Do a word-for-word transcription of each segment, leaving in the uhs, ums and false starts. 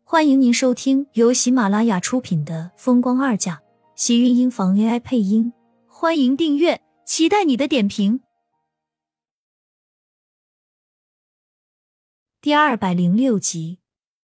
欢迎您收听由喜马拉雅出品的《风光二嫁》，喜运音房 A I 配音。欢迎订阅，期待你的点评。第二百零六集，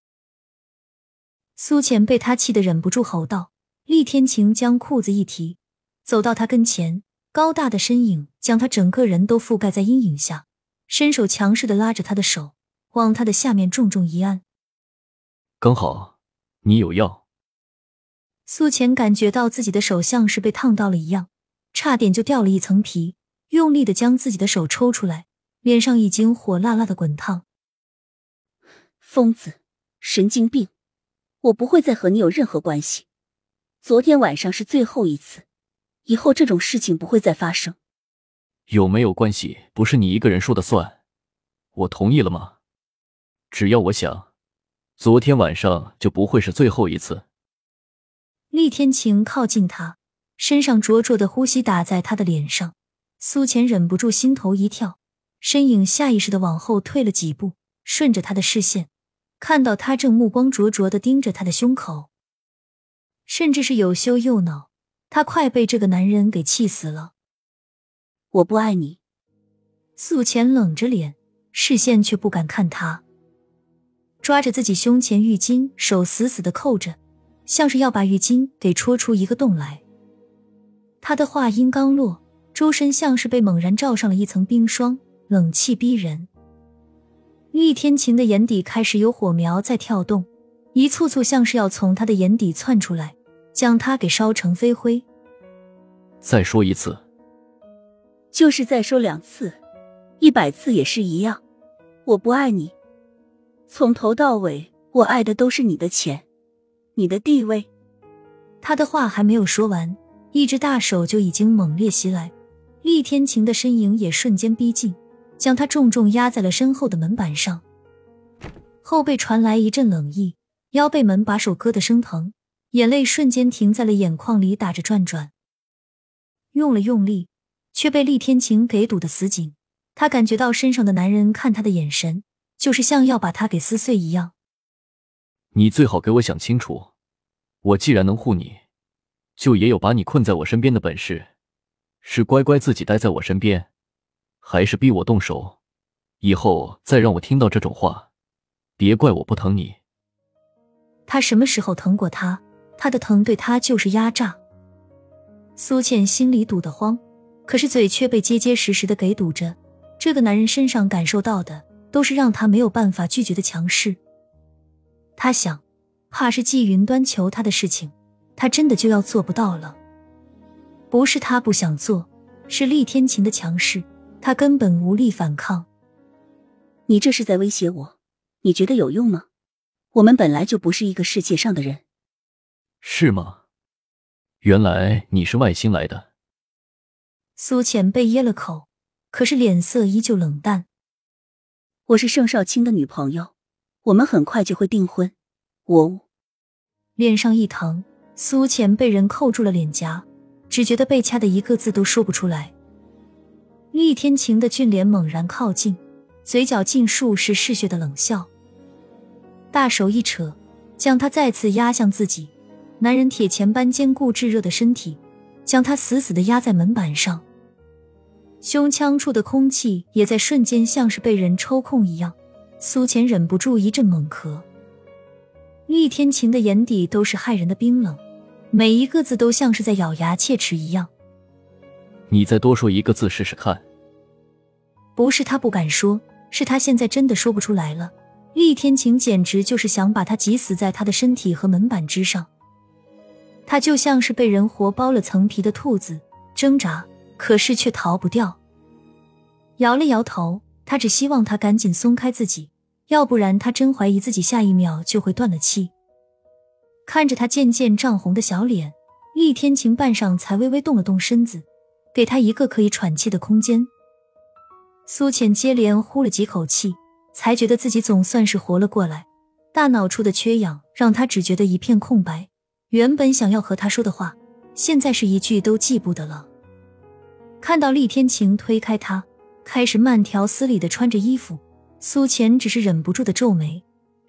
苏浅被他气得忍不住吼道。厉天晴将裤子一提，走到他跟前，高大的身影将他整个人都覆盖在阴影下，伸手强势地拉着他的手，往他的下面重重一按。 刚好，你有药。 苏浅感觉到自己的手像是被烫到了一样，差点就掉了一层皮，用力地将自己的手抽出来，脸上已经火辣辣的滚烫。 疯子，神经病，我不会再和你有任何关系。昨天晚上是最后一次，以后这种事情不会再发生。 有没有关系不是你一个人说的算，我同意了吗？只要我想，昨天晚上就不会是最后一次。 厉天晴靠近他，身上灼灼的呼吸打在他的脸上，苏浅忍不住心头一跳，身影下意识地往后退了几步，顺着他的视线，看到他正目光灼灼地盯着他的胸口，甚至是有羞又恼，他快被这个男人给气死了。 我不爱你。 苏浅冷着脸，视线却不敢看他，抓着自己胸前浴巾，手死死地扣着，像是要把浴巾给戳出一个洞来。他的话音刚落，周身像是被猛然罩上了一层冰霜，冷气逼人。厉天晴的眼底开始有火苗在跳动，一簇簇像是要从他的眼底窜出来，将他给烧成飞灰。 再说一次。 就是再说两次，一百次也是一样。我不爱你。从头到尾，我爱的都是你的钱，你的地位。 他的话还没有说完，一只大手就已经猛烈袭来，厉天晴的身影也瞬间逼近，将他重重压在了身后的门板上。后背传来一阵冷意，腰被门把手割得生疼，眼泪瞬间停在了眼眶里打着转转。用了用力，却被厉天晴给堵得死紧，他感觉到身上的男人看他的眼神就是像要把他给撕碎一样。 你最好给我想清楚，我既然能护你，就也有把你困在我身边的本事，是乖乖自己待在我身边，还是逼我动手？以后再让我听到这种话，别怪我不疼你。 他什么时候疼过他？他的疼对他就是压榨。苏倩心里堵得慌，可是嘴却被结结实实的给堵着。这个男人身上感受到的都是让他没有办法拒绝的强势。他想，怕是季云端求他的事情，他真的就要做不到了。不是他不想做，是厉天晴的强势，他根本无力反抗。 你这是在威胁我？你觉得有用吗？我们本来就不是一个世界上的人。 是吗？原来你是外星来的。 苏浅被噎了口，可是脸色依旧冷淡。 我是盛少卿的女朋友，我们很快就会订婚。我脸上一疼，苏浅被人扣住了脸颊，只觉得被掐的一个字都说不出来。厉天晴的俊脸猛然靠近，嘴角尽数是嗜血的冷笑，大手一扯，将他再次压向自己。男人铁钳般坚固炙热的身体将他死死地压在门板上，胸腔处的空气也在瞬间像是被人抽空一样，苏浅忍不住一阵猛咳。厉天晴的眼底都是骇人的冰冷，每一个字都像是在咬牙切齿一样。 你再多说一个字试试看。 不是他不敢说，是他现在真的说不出来了。厉天晴简直就是想把他挤死在他的身体和门板之上。他就像是被人活剥了层皮的兔子，挣扎，可是却逃不掉。摇了摇头，他只希望他赶紧松开自己，要不然他真怀疑自己下一秒就会断了气。看着他渐渐涨红的小脸，厉天晴半晌才微微动了动身子，给他一个可以喘气的空间。苏浅接连呼了几口气，才觉得自己总算是活了过来。大脑处的缺氧让他只觉得一片空白，原本想要和他说的话，现在是一句都记不得了。看到厉天晴推开他，开始慢条斯理地穿着衣服，苏浅只是忍不住的皱眉，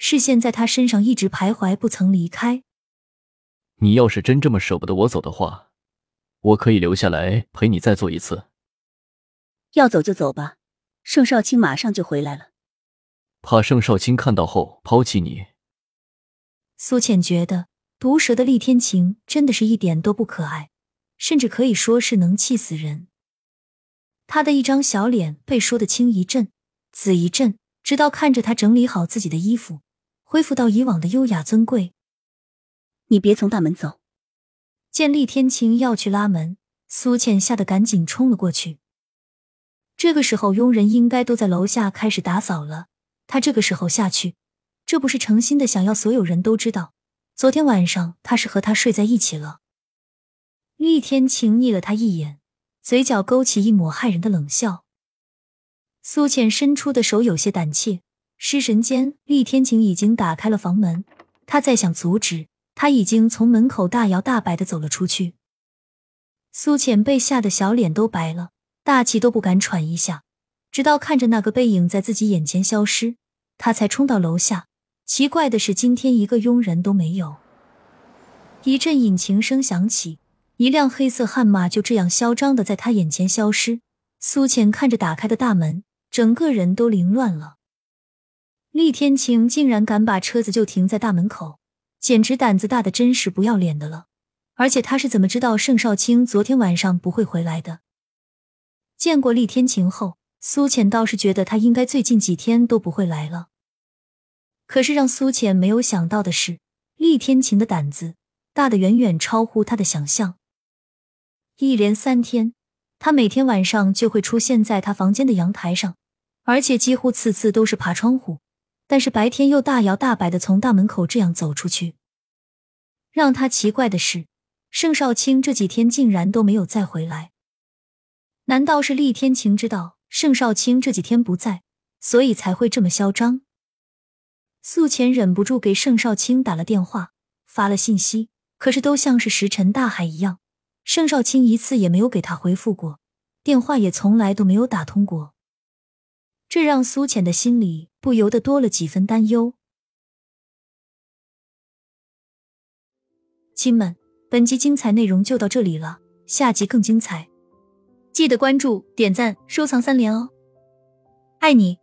视线在他身上一直徘徊不曾离开。 你要是真这么舍不得我走的话，我可以留下来陪你再做一次。 要走就走吧，盛少卿马上就回来了。 怕盛少卿看到后抛弃你。 苏浅觉得毒舌的厉天晴真的是一点都不可爱，甚至可以说是能气死人。他的一张小脸被说得青一阵紫一阵，直到看着他整理好自己的衣服，恢复到以往的优雅尊贵。 你别从大门走。 见厉天晴要去拉门，苏浅吓得赶紧冲了过去。这个时候佣人应该都在楼下开始打扫了，他这个时候下去，这不是诚心的想要所有人都知道昨天晚上他是和他睡在一起了。厉天晴睨了他一眼，嘴角勾起一抹骇人的冷笑。苏浅伸出的手有些胆怯，失神间厉天晴已经打开了房门，他再想阻止，他已经从门口大摇大摆地走了出去。苏浅被吓得小脸都白了，大气都不敢喘一下，直到看着那个背影在自己眼前消失，他才冲到楼下。奇怪的是，今天一个佣人都没有。一阵引擎声响起，一辆黑色悍马就这样嚣张地在他眼前消失。苏浅看着打开的大门，整个人都凌乱了。厉天晴竟然敢把车子就停在大门口，简直胆子大的真是不要脸的了。而且他是怎么知道盛少卿昨天晚上不会回来的？见过厉天晴后，苏浅倒是觉得他应该最近几天都不会来了。可是让苏浅没有想到的是，厉天晴的胆子大得远远超乎他的想象。一连三天，他每天晚上就会出现在他房间的阳台上，而且几乎次次都是爬窗户，但是白天又大摇大摆地从大门口这样走出去。让他奇怪的是，盛少卿这几天竟然都没有再回来。难道是厉天晴知道盛少卿这几天不在，所以才会这么嚣张？苏浅忍不住给盛少卿打了电话，发了信息，可是都像是石沉大海一样，盛少卿一次也没有给他回复过，电话也从来都没有打通过。这让苏浅的心里不由得多了几分担忧。亲们，本集精彩内容就到这里了，下集更精彩，记得关注、点赞、收藏三连哦！爱你。